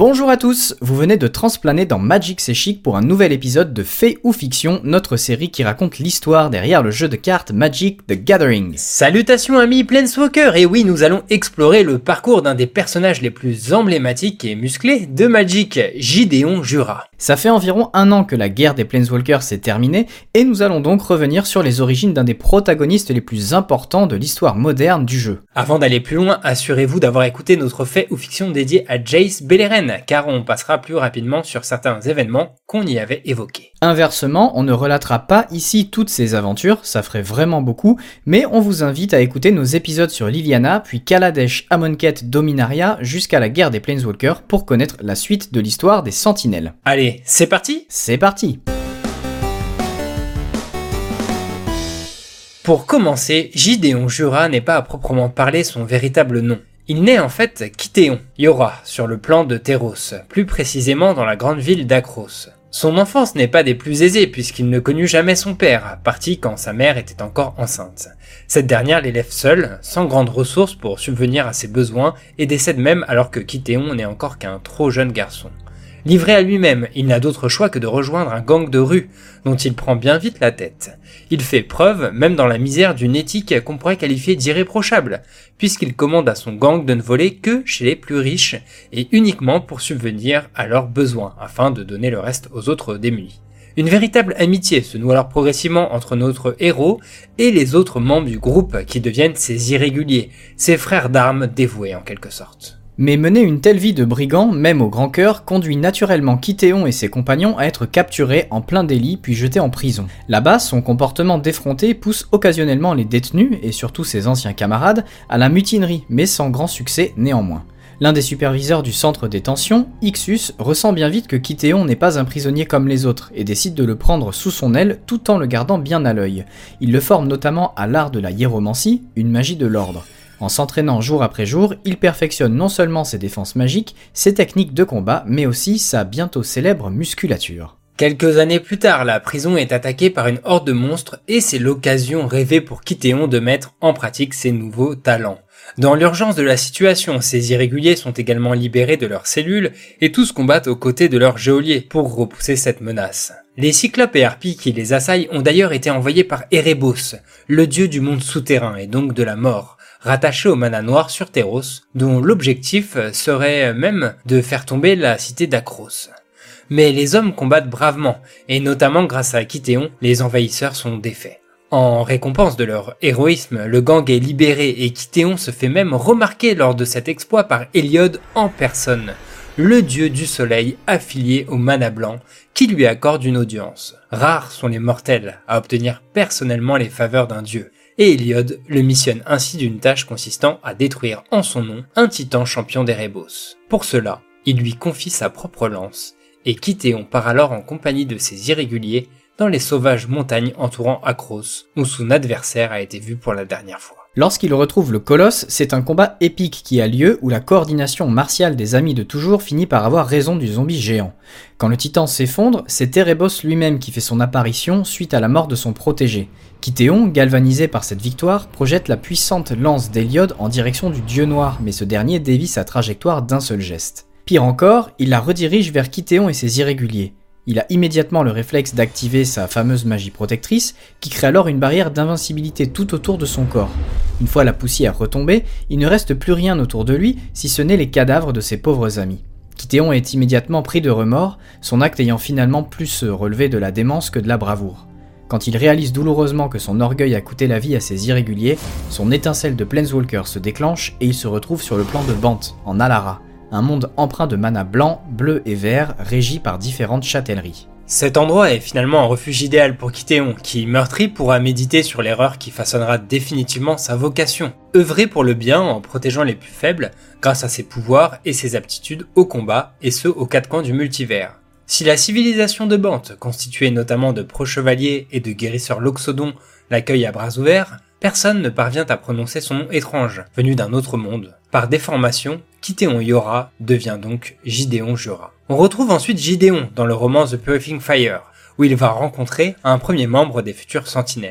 Bonjour à tous, vous venez de transplaner dans Magic C'est Chic pour un nouvel épisode de Fait ou Fiction, notre série qui raconte l'histoire derrière le jeu de cartes Magic the Gathering. Salutations amis Planeswalker, et oui, nous allons explorer le parcours d'un des personnages les plus emblématiques et musclés de Magic, Gideon Jura. Ça fait environ un an que la guerre des Planeswalkers s'est terminée, et nous allons donc revenir sur les origines d'un des protagonistes les plus importants de l'histoire moderne du jeu. Avant d'aller plus loin, assurez-vous d'avoir écouté notre Fait ou Fiction dédié à Jace Beleren, car on passera plus rapidement sur certains événements qu'on y avait évoqués. Inversement, on ne relatera pas ici toutes ces aventures, ça ferait vraiment beaucoup, mais on vous invite à écouter nos épisodes sur Liliana, puis Kaladesh, Amonkhet, Dominaria, jusqu'à la guerre des Planeswalkers pour connaître la suite de l'histoire des Sentinelles. Allez, c'est parti ? C'est parti! Pour commencer, Gideon Jura n'est pas à proprement parler son véritable nom. Il naît en fait Kithéon, Yora, sur le plan de Theros, plus précisément dans la grande ville d'Akros. Son enfance n'est pas des plus aisées puisqu'il ne connut jamais son père, parti quand sa mère était encore enceinte. Cette dernière l'élève seule, sans grandes ressources pour subvenir à ses besoins, et décède même alors que Kithéon n'est encore qu'un trop jeune garçon. Livré à lui-même, il n'a d'autre choix que de rejoindre un gang de rue, dont il prend bien vite la tête. Il fait preuve, même dans la misère, d'une éthique qu'on pourrait qualifier d'irréprochable, puisqu'il commande à son gang de ne voler que chez les plus riches, et uniquement pour subvenir à leurs besoins, afin de donner le reste aux autres démunis. Une véritable amitié se noue alors progressivement entre notre héros et les autres membres du groupe qui deviennent ses irréguliers, ses frères d'armes dévoués en quelque sorte. Mais mener une telle vie de brigand, même au grand cœur, conduit naturellement Kithéon et ses compagnons à être capturés en plein délit puis jetés en prison. Là-bas, son comportement d'effronté pousse occasionnellement les détenus, et surtout ses anciens camarades, à la mutinerie, mais sans grand succès néanmoins. L'un des superviseurs du centre de détention, Ixus, ressent bien vite que Kithéon n'est pas un prisonnier comme les autres, et décide de le prendre sous son aile tout en le gardant bien à l'œil. Il le forme notamment à l'art de la hiéromancie, une magie de l'ordre. En s'entraînant jour après jour, il perfectionne non seulement ses défenses magiques, ses techniques de combat, mais aussi sa bientôt célèbre musculature. Quelques années plus tard, la prison est attaquée par une horde de monstres et c'est l'occasion rêvée pour Kithéon de mettre en pratique ses nouveaux talents. Dans l'urgence de la situation, ces irréguliers sont également libérés de leurs cellules et tous combattent aux côtés de leurs geôliers pour repousser cette menace. Les cyclopes et harpies qui les assaillent ont d'ailleurs été envoyés par Erebos, le dieu du monde souterrain et donc de la mort, rattaché au mana noir sur Theros, dont l'objectif serait même de faire tomber la cité d'Akros. Mais les hommes combattent bravement, et notamment grâce à Kithéon, les envahisseurs sont défaits. En récompense de leur héroïsme, le gang est libéré et Kithéon se fait même remarquer lors de cet exploit par Héliode en personne, le dieu du soleil affilié au mana blanc, qui lui accorde une audience. Rares sont les mortels à obtenir personnellement les faveurs d'un dieu, et Héliode le missionne ainsi d'une tâche consistant à détruire en son nom un titan champion d'Erebos. Pour cela, il lui confie sa propre lance, et Kithéon part alors en compagnie de ses irréguliers dans les sauvages montagnes entourant Akros, où son adversaire a été vu pour la dernière fois. Lorsqu'il retrouve le colosse, c'est un combat épique qui a lieu où la coordination martiale des amis de toujours finit par avoir raison du zombie géant. Quand le titan s'effondre, c'est Erebos lui-même qui fait son apparition suite à la mort de son protégé. Kithéon, galvanisé par cette victoire, projette la puissante lance d'Héliode en direction du dieu noir, mais ce dernier dévie sa trajectoire d'un seul geste. Pire encore, il la redirige vers Kithéon et ses irréguliers. Il a immédiatement le réflexe d'activer sa fameuse magie protectrice, qui crée alors une barrière d'invincibilité tout autour de son corps. Une fois la poussière retombée, il ne reste plus rien autour de lui, si ce n'est les cadavres de ses pauvres amis. Kithéon est immédiatement pris de remords, son acte ayant finalement plus relevé de la démence que de la bravoure. Quand il réalise douloureusement que son orgueil a coûté la vie à ses irréguliers, son étincelle de Planeswalker se déclenche et il se retrouve sur le plan de Bant, en Alara, un monde empreint de mana blanc, bleu et vert, régi par différentes châtelleries. Cet endroit est finalement un refuge idéal pour Kithéon, qui, meurtri, pourra méditer sur l'erreur qui façonnera définitivement sa vocation. Œuvrer pour le bien en protégeant les plus faibles, grâce à ses pouvoirs et ses aptitudes au combat, et ce aux quatre coins du multivers. Si la civilisation de Bant, constituée notamment de pro-chevaliers et de guérisseurs loxodons, l'accueille à bras ouverts, personne ne parvient à prononcer son nom étrange, venu d'un autre monde. Par déformation, Kithéon Yora devient donc Gideon Jura. On retrouve ensuite Gideon dans le roman The Purifying Fire, où il va rencontrer un premier membre des futurs Sentinelles.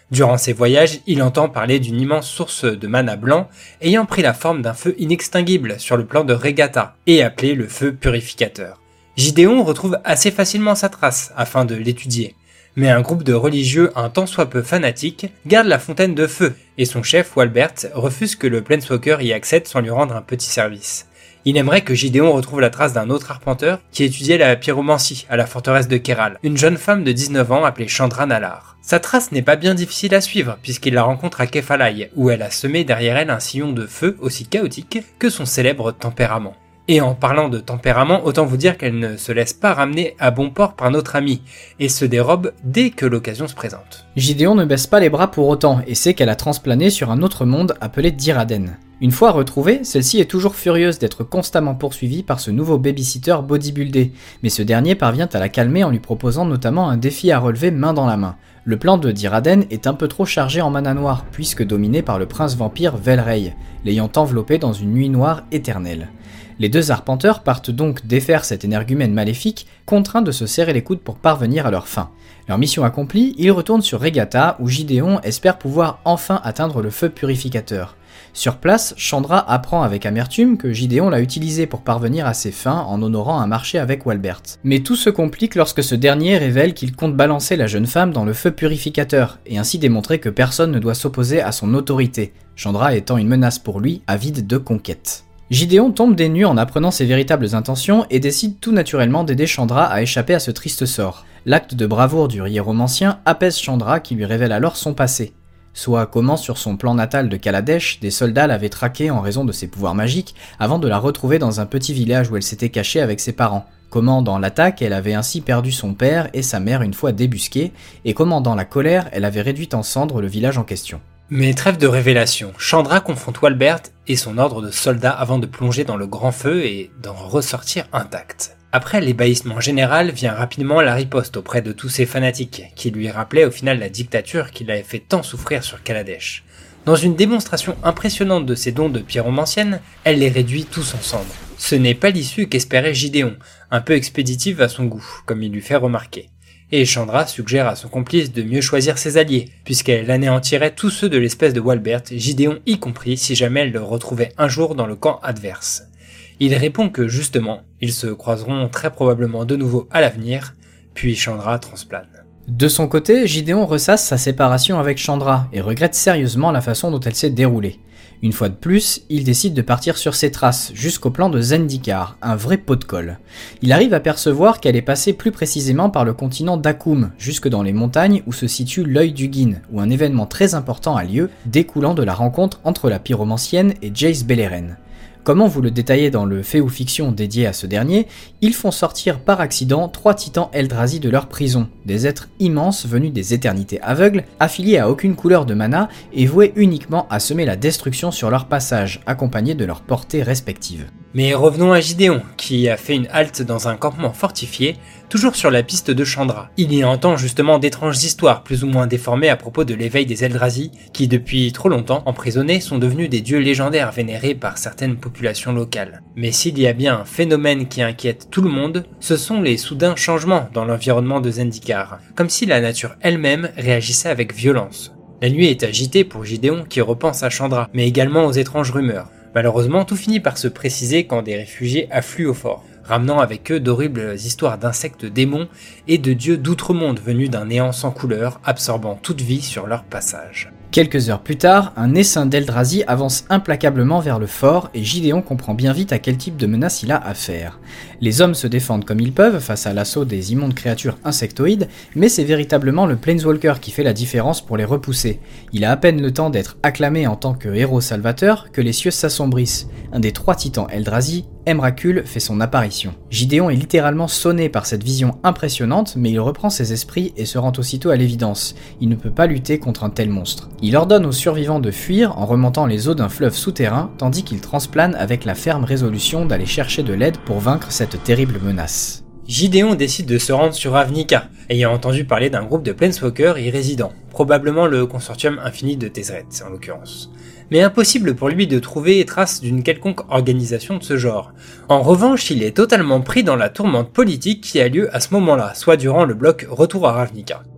Durant ses voyages, il entend parler d'une immense source de mana blanc ayant pris la forme d'un feu inextinguible sur le plan de Regatta et appelé le feu purificateur. Gideon retrouve assez facilement sa trace afin de l'étudier. Mais un groupe de religieux un tant soit peu fanatiques garde la fontaine de feu et son chef Walbert refuse que le Planeswalker y accède sans lui rendre un petit service. Il aimerait que Gideon retrouve la trace d'un autre arpenteur qui étudiait la pyromancie à la forteresse de Keral, une jeune femme de 19 ans appelée Chandra Nalaar. Sa trace n'est pas bien difficile à suivre puisqu'il la rencontre à Kefalai, où elle a semé derrière elle un sillon de feu aussi chaotique que son célèbre tempérament. Et en parlant de tempérament, autant vous dire qu'elle ne se laisse pas ramener à bon port par notre amie, et se dérobe dès que l'occasion se présente. Gideon ne baisse pas les bras pour autant, et sait qu'elle a transplané sur un autre monde appelé Diraden. Une fois retrouvée, celle-ci est toujours furieuse d'être constamment poursuivie par ce nouveau babysitter bodybuildé, mais ce dernier parvient à la calmer en lui proposant notamment un défi à relever main dans la main. Le plan de Diraden est un peu trop chargé en mana noire, puisque dominé par le prince vampire Velrey, l'ayant enveloppé dans une nuit noire éternelle. Les deux arpenteurs partent donc défaire cet énergumène maléfique, contraints de se serrer les coudes pour parvenir à leur fin. Leur mission accomplie, ils retournent sur Regatta, où Gideon espère pouvoir enfin atteindre le feu purificateur. Sur place, Chandra apprend avec amertume que Gideon l'a utilisé pour parvenir à ses fins en honorant un marché avec Walbert. Mais tout se complique lorsque ce dernier révèle qu'il compte balancer la jeune femme dans le feu purificateur, et ainsi démontrer que personne ne doit s'opposer à son autorité, Chandra étant une menace pour lui, avide de conquête. Gideon tombe des nues en apprenant ses véritables intentions et décide tout naturellement d'aider Chandra à échapper à ce triste sort. L'acte de bravoure du hiéromancien apaise Chandra qui lui révèle alors son passé. Soit comment sur son plan natal de Kaladesh, des soldats l'avaient traquée en raison de ses pouvoirs magiques avant de la retrouver dans un petit village où elle s'était cachée avec ses parents. Comment dans l'attaque elle avait ainsi perdu son père et sa mère une fois débusqués, et comment dans la colère elle avait réduit en cendres le village en question. Mais trêve de révélation, Chandra confronte Walbert et son ordre de soldats avant de plonger dans le grand feu et d'en ressortir intact. Après l'ébahissement général vient rapidement la riposte auprès de tous ces fanatiques, qui lui rappelaient au final la dictature qui l'avait fait tant souffrir sur Kaladesh. Dans une démonstration impressionnante de ses dons de pyromancienne, elle les réduit tous en cendres. Ce n'est pas l'issue qu'espérait Gideon, un peu expéditive à son goût, comme il lui fait remarquer. Et Chandra suggère à son complice de mieux choisir ses alliés, puisqu'elle anéantirait tous ceux de l'espèce de Walbert, Gideon y compris si jamais elle le retrouvait un jour dans le camp adverse. Il répond que justement, ils se croiseront très probablement de nouveau à l'avenir, puis Chandra transplane. De son côté, Gideon ressasse sa séparation avec Chandra et regrette sérieusement la façon dont elle s'est déroulée. Une fois de plus, il décide de partir sur ses traces, jusqu'au plan de Zendikar, un vrai pot de colle. Il arrive à percevoir qu'elle est passée plus précisément par le continent d'Akoum, jusque dans les montagnes où se situe l'œil du Guin, où un événement très important a lieu, découlant de la rencontre entre la pyromancienne et Jace Beleren. Comment vous le détaillez dans le fait ou fiction dédié à ce dernier, ils font sortir par accident 3 titans Eldrazi de leur prison, des êtres immenses venus des éternités aveugles, affiliés à aucune couleur de mana et voués uniquement à semer la destruction sur leur passage, accompagnés de leurs portées respectives. Mais revenons à Gideon, qui a fait une halte dans un campement fortifié, toujours sur la piste de Chandra. Il y entend justement d'étranges histoires plus ou moins déformées à propos de l'éveil des Eldrazi, qui depuis trop longtemps emprisonnés sont devenus des dieux légendaires vénérés par certaines populations locales. Mais s'il y a bien un phénomène qui inquiète tout le monde, ce sont les soudains changements dans l'environnement de Zendikar, comme si la nature elle-même réagissait avec violence. La nuit est agitée pour Gideon qui repense à Chandra, mais également aux étranges rumeurs. Malheureusement, tout finit par se préciser quand des réfugiés affluent au fort, ramenant avec eux d'horribles histoires d'insectes démons et de dieux d'outre-monde venus d'un néant sans couleur, absorbant toute vie sur leur passage. Quelques heures plus tard, un essaim d'Eldrazi avance implacablement vers le fort et Gideon comprend bien vite à quel type de menace il a affaire. Les hommes se défendent comme ils peuvent face à l'assaut des immondes créatures insectoïdes, mais c'est véritablement le Planeswalker qui fait la différence pour les repousser. Il a à peine le temps d'être acclamé en tant que héros salvateur que les cieux s'assombrissent. Un des 3 titans Eldrazi, Emrakul, fait son apparition. Gideon est littéralement sonné par cette vision impressionnante, mais il reprend ses esprits et se rend aussitôt à l'évidence. Il ne peut pas lutter contre un tel monstre. Il ordonne aux survivants de fuir en remontant les eaux d'un fleuve souterrain, tandis qu'il transplane avec la ferme résolution d'aller chercher de l'aide pour vaincre cette terrible menace. Gideon décide de se rendre sur Ravnica, ayant entendu parler d'un groupe de Planeswalkers y résidant, probablement le consortium infini de Tezzeret en l'occurrence. Mais impossible pour lui de trouver trace d'une quelconque organisation de ce genre. En revanche, il est totalement pris dans la tourmente politique qui a lieu à ce moment-là, soit durant le bloc Retour à Ravnica.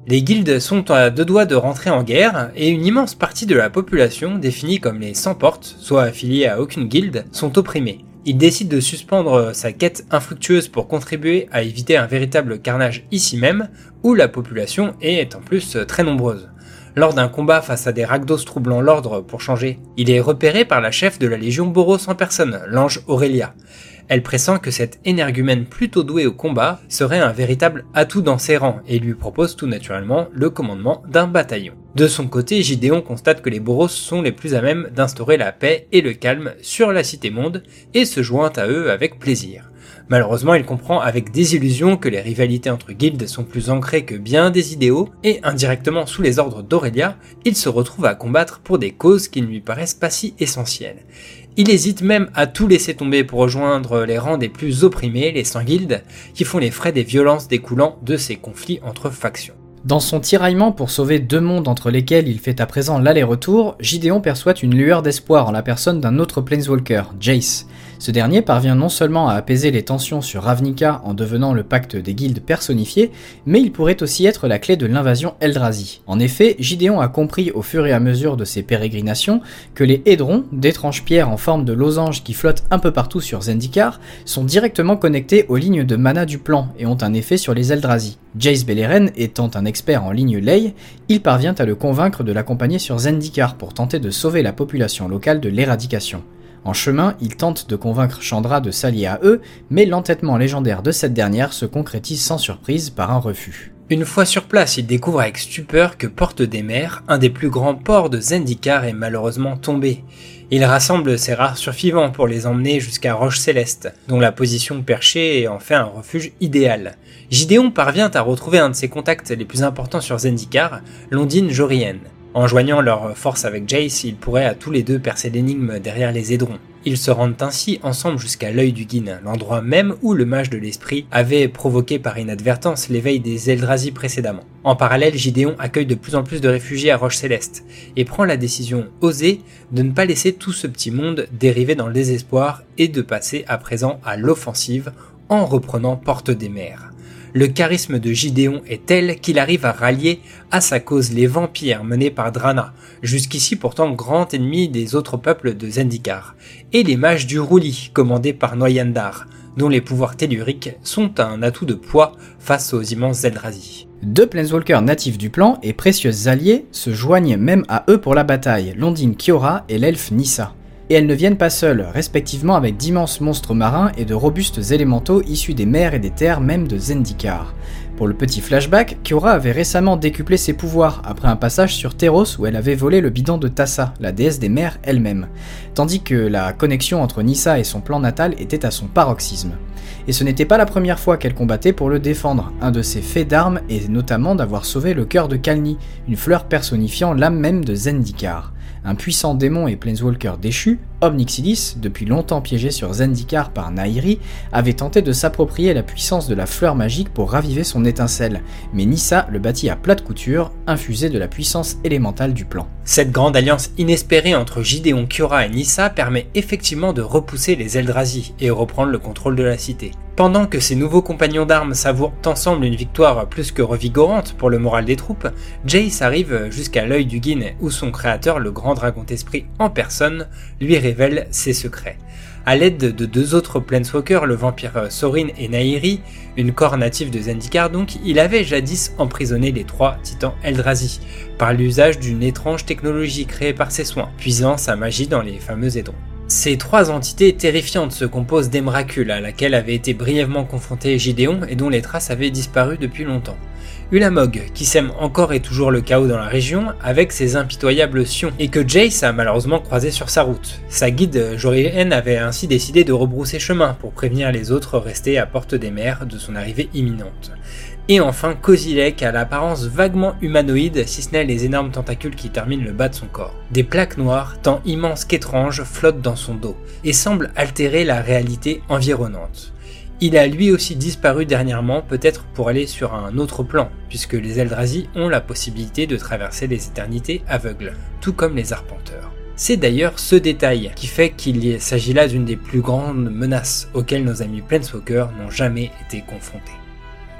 Les guildes sont à deux doigts de rentrer en guerre, et une immense partie de la population, définie comme les sans-porte, soit affiliés à aucune guilde, sont opprimés. Il décide de suspendre sa quête infructueuse pour contribuer à éviter un véritable carnage ici même, où la population est en plus très nombreuse. Lors d'un combat face à des Rakdos troublant l'ordre pour changer, il est repéré par la chef de la Légion Boros en personne, l'ange Aurélia. Elle pressent que cette énergumène plutôt douée au combat serait un véritable atout dans ses rangs et lui propose tout naturellement le commandement d'un bataillon. De son côté, Gideon constate que les Boros sont les plus à même d'instaurer la paix et le calme sur la cité-monde et se joint à eux avec plaisir. Malheureusement, il comprend avec désillusion que les rivalités entre guildes sont plus ancrées que bien des idéaux et indirectement sous les ordres d'Aurélia, il se retrouve à combattre pour des causes qui ne lui paraissent pas si essentielles. Il hésite même à tout laisser tomber pour rejoindre les rangs des plus opprimés, les sans-guildes, qui font les frais des violences découlant de ces conflits entre factions. Dans son tiraillement pour sauver deux mondes entre lesquels il fait à présent l'aller-retour, Gideon perçoit une lueur d'espoir en la personne d'un autre Planeswalker, Jace. Ce dernier parvient non seulement à apaiser les tensions sur Ravnica en devenant le pacte des guildes personnifié, mais il pourrait aussi être la clé de l'invasion Eldrazi. En effet, Gideon a compris au fur et à mesure de ses pérégrinations que les Hédrons, d'étranges pierres en forme de losange qui flottent un peu partout sur Zendikar, sont directement connectés aux lignes de mana du plan et ont un effet sur les Eldrazi. Jace Beleren étant un expert en ligne ley, il parvient à le convaincre de l'accompagner sur Zendikar pour tenter de sauver la population locale de l'éradication. En chemin, il tente de convaincre Chandra de s'allier à eux, mais l'entêtement légendaire de cette dernière se concrétise sans surprise par un refus. Une fois sur place, il découvre avec stupeur que Porte des Mers, un des plus grands ports de Zendikar, est malheureusement tombé. Il rassemble ses rares survivants pour les emmener jusqu'à Roche Céleste, dont la position perchée en fait un refuge idéal. Gideon parvient à retrouver un de ses contacts les plus importants sur Zendikar, Londine Jorien. En joignant leurs forces avec Jace, ils pourraient à tous les deux percer l'énigme derrière les Hédrons. Ils se rendent ainsi ensemble jusqu'à l'œil du Guin, l'endroit même où le mage de l'esprit avait provoqué par inadvertance l'éveil des Eldrazi précédemment. En parallèle, Gideon accueille de plus en plus de réfugiés à Roche Céleste, et prend la décision osée de ne pas laisser tout ce petit monde dériver dans le désespoir et de passer à présent à l'offensive en reprenant Porte des Mers. Le charisme de Gideon est tel qu'il arrive à rallier à sa cause les vampires menés par Drana, jusqu'ici pourtant grand ennemi des autres peuples de Zendikar, et les mages du Roulis, commandés par Noyandar, dont les pouvoirs telluriques sont un atout de poids face aux immenses Eldrazi. Deux Planeswalkers natifs du plan et précieux alliés se joignent même à eux pour la bataille, l'ondine Kiora et l'elfe Nissa. Et elles ne viennent pas seules, respectivement avec d'immenses monstres marins et de robustes élémentaux issus des mers et des terres même de Zendikar. Pour le petit flashback, Kiora avait récemment décuplé ses pouvoirs après un passage sur Theros où elle avait volé le bidon de Thassa, la déesse des mers elle-même, tandis que la connexion entre Nissa et son plan natal était à son paroxysme. Et ce n'était pas la première fois qu'elle combattait pour le défendre, un de ses faits d'armes est notamment d'avoir sauvé le cœur de Khalni, une fleur personnifiant l'âme même de Zendikar. Un puissant démon et planeswalker déchu, Omnixilis, depuis longtemps piégé sur Zendikar par Nahiri, avait tenté de s'approprier la puissance de la fleur magique pour raviver son étincelle, mais Nissa le battit à plate couture, infusé de la puissance élémentale du plan. Cette grande alliance inespérée entre Gideon, Kiora et Nissa permet effectivement de repousser les Eldrazi et reprendre le contrôle de la cité. Pendant que ces nouveaux compagnons d'armes savourent ensemble une victoire plus que revigorante pour le moral des troupes, Jace arrive jusqu'à l'œil du Guin où son créateur, le grand dragon d'esprit en personne, lui révèle ses secrets. À l'aide de deux autres Planeswalkers, le vampire Sorin et Nahiri, une corps native de Zendikar donc, il avait jadis emprisonné les trois titans Eldrazi, par l'usage d'une étrange technologie créée par ses soins, puisant sa magie dans les fameux Hédrons. Ces trois entités terrifiantes se composent d'Emrakul, à laquelle avait été brièvement confronté Gideon et dont les traces avaient disparu depuis longtemps. Ulamog, qui sème encore et toujours le chaos dans la région avec ses impitoyables sions, et que Jace a malheureusement croisé sur sa route. Sa guide, Jorien, avait ainsi décidé de rebrousser chemin pour prévenir les autres restés à Porte des Mers de son arrivée imminente. Et enfin Kozilek à l'apparence vaguement humanoïde, si ce n'est les énormes tentacules qui terminent le bas de son corps. Des plaques noires, tant immenses qu'étranges, flottent dans son dos, et semblent altérer la réalité environnante. Il a lui aussi disparu dernièrement, peut-être pour aller sur un autre plan, puisque les Eldrazi ont la possibilité de traverser les éternités aveugles, tout comme les arpenteurs. C'est d'ailleurs ce détail qui fait qu'il s'agit là d'une des plus grandes menaces auxquelles nos amis Planeswalkers n'ont jamais été confrontés.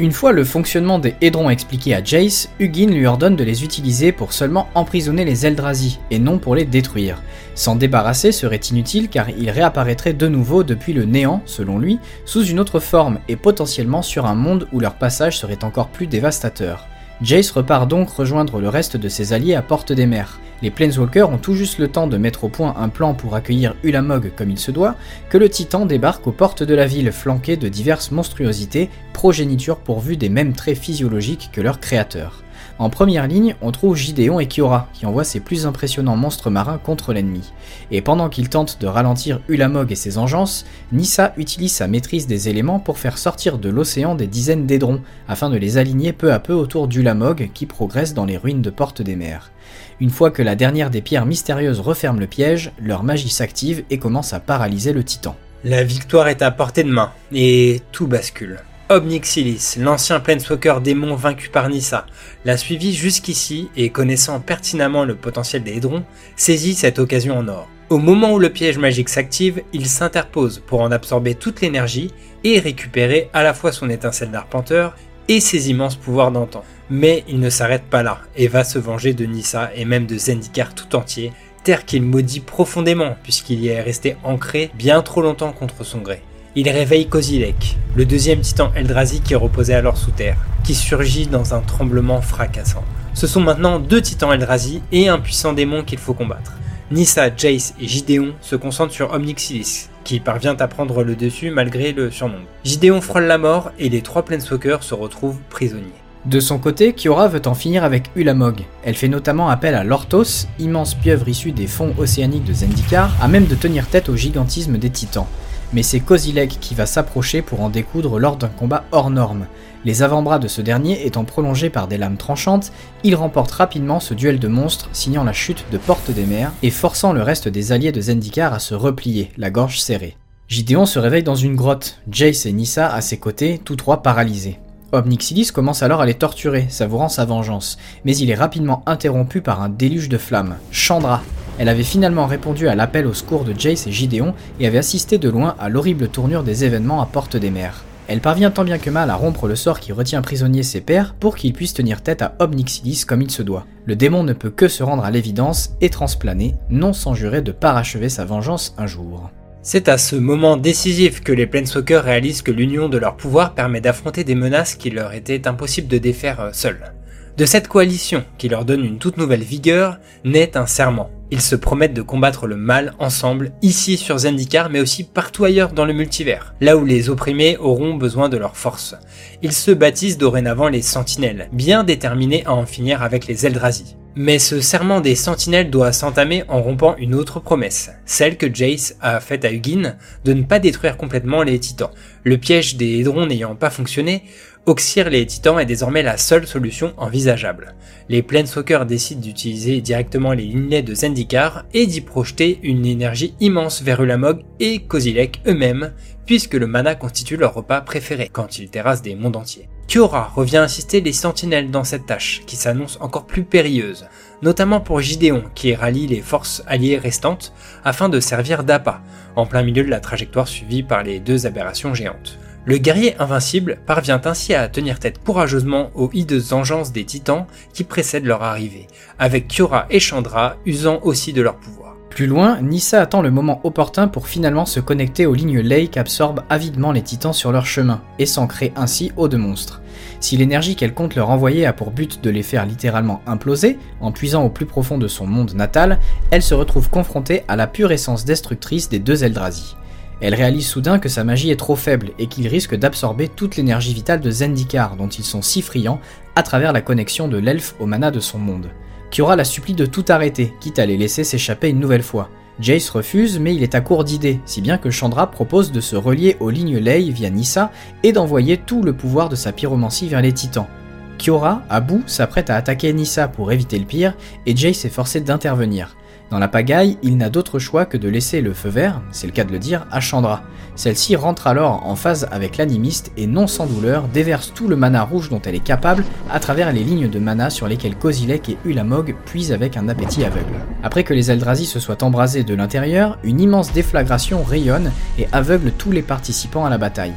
Une fois le fonctionnement des Hédrons expliqué à Jace, Hugin lui ordonne de les utiliser pour seulement emprisonner les Eldrazi, et non pour les détruire. S'en débarrasser serait inutile car ils réapparaîtraient de nouveau depuis le néant, selon lui, sous une autre forme et potentiellement sur un monde où leur passage serait encore plus dévastateur. Jace repart donc rejoindre le reste de ses alliés à Porte des Mers. Les Planeswalkers ont tout juste le temps de mettre au point un plan pour accueillir Ulamog comme il se doit, que le Titan débarque aux portes de la ville flanqué de diverses monstruosités, progéniture pourvues des mêmes traits physiologiques que leur créateur. En première ligne, on trouve Gideon et Kiora, qui envoient ses plus impressionnants monstres marins contre l'ennemi. Et pendant qu'ils tentent de ralentir Ulamog et ses engeances, Nissa utilise sa maîtrise des éléments pour faire sortir de l'océan des dizaines d'Hédrons, afin de les aligner peu à peu autour d'Ulamog qui progresse dans les ruines de Porte des Mers. Une fois que la dernière des pierres mystérieuses referme le piège, leur magie s'active et commence à paralyser le Titan. La victoire est à portée de main, et tout bascule. Ob Nixilis, l'ancien Planeswalker démon vaincu par Nissa, l'a suivi jusqu'ici et connaissant pertinemment le potentiel des Hédrons, saisit cette occasion en or. Au moment où le piège magique s'active, il s'interpose pour en absorber toute l'énergie et récupérer à la fois son étincelle d'arpenteur et ses immenses pouvoirs d'antan. Mais il ne s'arrête pas là et va se venger de Nissa et même de Zendikar tout entier, terre qu'il maudit profondément puisqu'il y est resté ancré bien trop longtemps contre son gré. Il réveille Kozilek, le deuxième titan Eldrazi qui reposait alors sous terre, qui surgit dans un tremblement fracassant. Ce sont maintenant 2 titans Eldrazi et un puissant démon qu'il faut combattre. Nissa, Jace et Gideon se concentrent sur Ob Nixilis, qui parvient à prendre le dessus malgré le surnombre. Gideon frôle la mort et les 3 Planeswalkers se retrouvent prisonniers. De son côté, Kiora veut en finir avec Ulamog. Elle fait notamment appel à l'Orthos, immense pieuvre issue des fonds océaniques de Zendikar, à même de tenir tête au gigantisme des titans. Mais c'est Kozilek qui va s'approcher pour en découdre lors d'un combat hors norme. Les avant-bras de ce dernier étant prolongés par des lames tranchantes, il remporte rapidement ce duel de monstres, signant la chute de Porte des Mers et forçant le reste des alliés de Zendikar à se replier, la gorge serrée. Gideon se réveille dans une grotte, Jace et Nissa à ses côtés, tous 3 paralysés. Ob Nixilis commence alors à les torturer, savourant sa vengeance, mais il est rapidement interrompu par un déluge de flammes. Chandra. Elle avait finalement répondu à l'appel au secours de Jace et Gideon et avait assisté de loin à l'horrible tournure des événements à Porte des Mers. Elle parvient tant bien que mal à rompre le sort qui retient prisonnier ses pairs pour qu'ils puissent tenir tête à Ob Nixilis comme il se doit. Le démon ne peut que se rendre à l'évidence et transplaner, non sans jurer de parachever sa vengeance un jour. C'est à ce moment décisif que les Planeswalkers réalisent que l'union de leurs pouvoirs permet d'affronter des menaces qui leur étaient impossibles de défaire seuls. De cette coalition, qui leur donne une toute nouvelle vigueur, naît un serment. Ils se promettent de combattre le mal ensemble, ici sur Zendikar, mais aussi partout ailleurs dans le multivers, là où les opprimés auront besoin de leur force. Ils se baptisent dorénavant les Sentinelles, bien déterminés à en finir avec les Eldrazi. Mais ce serment des Sentinelles doit s'entamer en rompant une autre promesse, celle que Jace a faite à Hugin de ne pas détruire complètement les Titans. Le piège des Hédrons n'ayant pas fonctionné, oxyre les Titans est désormais la seule solution envisageable. Les Planeswalkers décident d'utiliser directement les lignées de Zendikar et d'y projeter une énergie immense vers Ulamog et Kozilek eux-mêmes, puisque le mana constitue leur repas préféré quand ils terrassent des mondes entiers. Kiora revient assister les Sentinelles dans cette tâche, qui s'annonce encore plus périlleuse, notamment pour Gideon, qui rallie les forces alliées restantes afin de servir d'appât, en plein milieu de la trajectoire suivie par les 2 aberrations géantes. Le guerrier invincible parvient ainsi à tenir tête courageusement aux hideuses engeances des titans qui précèdent leur arrivée, avec Kiora et Chandra usant aussi de leur pouvoir. Plus loin, Nissa attend le moment opportun pour finalement se connecter aux lignes Ley qu'absorbent avidement les titans sur leur chemin, et s'ancrer ainsi aux 2 monstres. Si l'énergie qu'elle compte leur envoyer a pour but de les faire littéralement imploser, en puisant au plus profond de son monde natal, elle se retrouve confrontée à la pure essence destructrice des 2 Eldrazi. Elle réalise soudain que sa magie est trop faible et qu'il risque d'absorber toute l'énergie vitale de Zendikar dont ils sont si friands à travers la connexion de l'elfe au mana de son monde. Kiora la supplie de tout arrêter, quitte à les laisser s'échapper une nouvelle fois. Jace refuse mais il est à court d'idées, si bien que Chandra propose de se relier aux lignes Ley via Nissa et d'envoyer tout le pouvoir de sa pyromancie vers les titans. Kiora, à bout, s'apprête à attaquer Nissa pour éviter le pire et Jace est forcé d'intervenir. Dans la pagaille, il n'a d'autre choix que de laisser le feu vert, c'est le cas de le dire, à Chandra. Celle-ci rentre alors en phase avec l'animiste et non sans douleur déverse tout le mana rouge dont elle est capable à travers les lignes de mana sur lesquelles Kozilek et Ulamog puisent avec un appétit aveugle. Après que les Eldrazi se soient embrasés de l'intérieur, une immense déflagration rayonne et aveugle tous les participants à la bataille.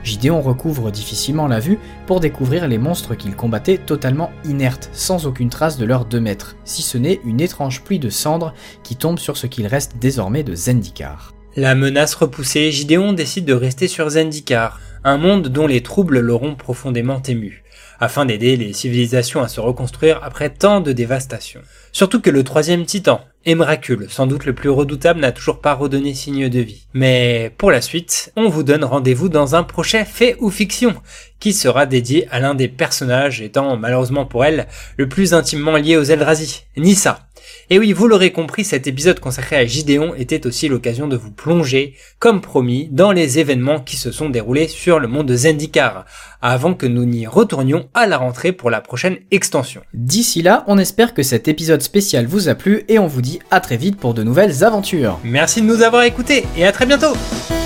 Gideon recouvre difficilement la vue pour découvrir les monstres qu'il combattait totalement inertes, sans aucune trace de leurs 2 mètres, si ce n'est une étrange pluie de cendres qui tombe sur ce qu'il reste désormais de Zendikar. La menace repoussée, Gideon décide de rester sur Zendikar, un monde dont les troubles l'auront profondément ému, afin d'aider les civilisations à se reconstruire après tant de dévastation. Surtout que le 3e titan, Emrakul, sans doute le plus redoutable, n'a toujours pas redonné signe de vie. Mais pour la suite, on vous donne rendez-vous dans un prochain fait ou fiction, qui sera dédié à l'un des personnages étant, malheureusement pour elle, le plus intimement lié aux Eldrazi, Nissa. Et oui, vous l'aurez compris, cet épisode consacré à Gideon était aussi l'occasion de vous plonger, comme promis, dans les événements qui se sont déroulés sur le monde de Zendikar, avant que nous n'y retournions à la rentrée pour la prochaine extension. D'ici là, on espère que cet épisode spécial vous a plu et on vous dit à très vite pour de nouvelles aventures. Merci de nous avoir écoutés et à très bientôt!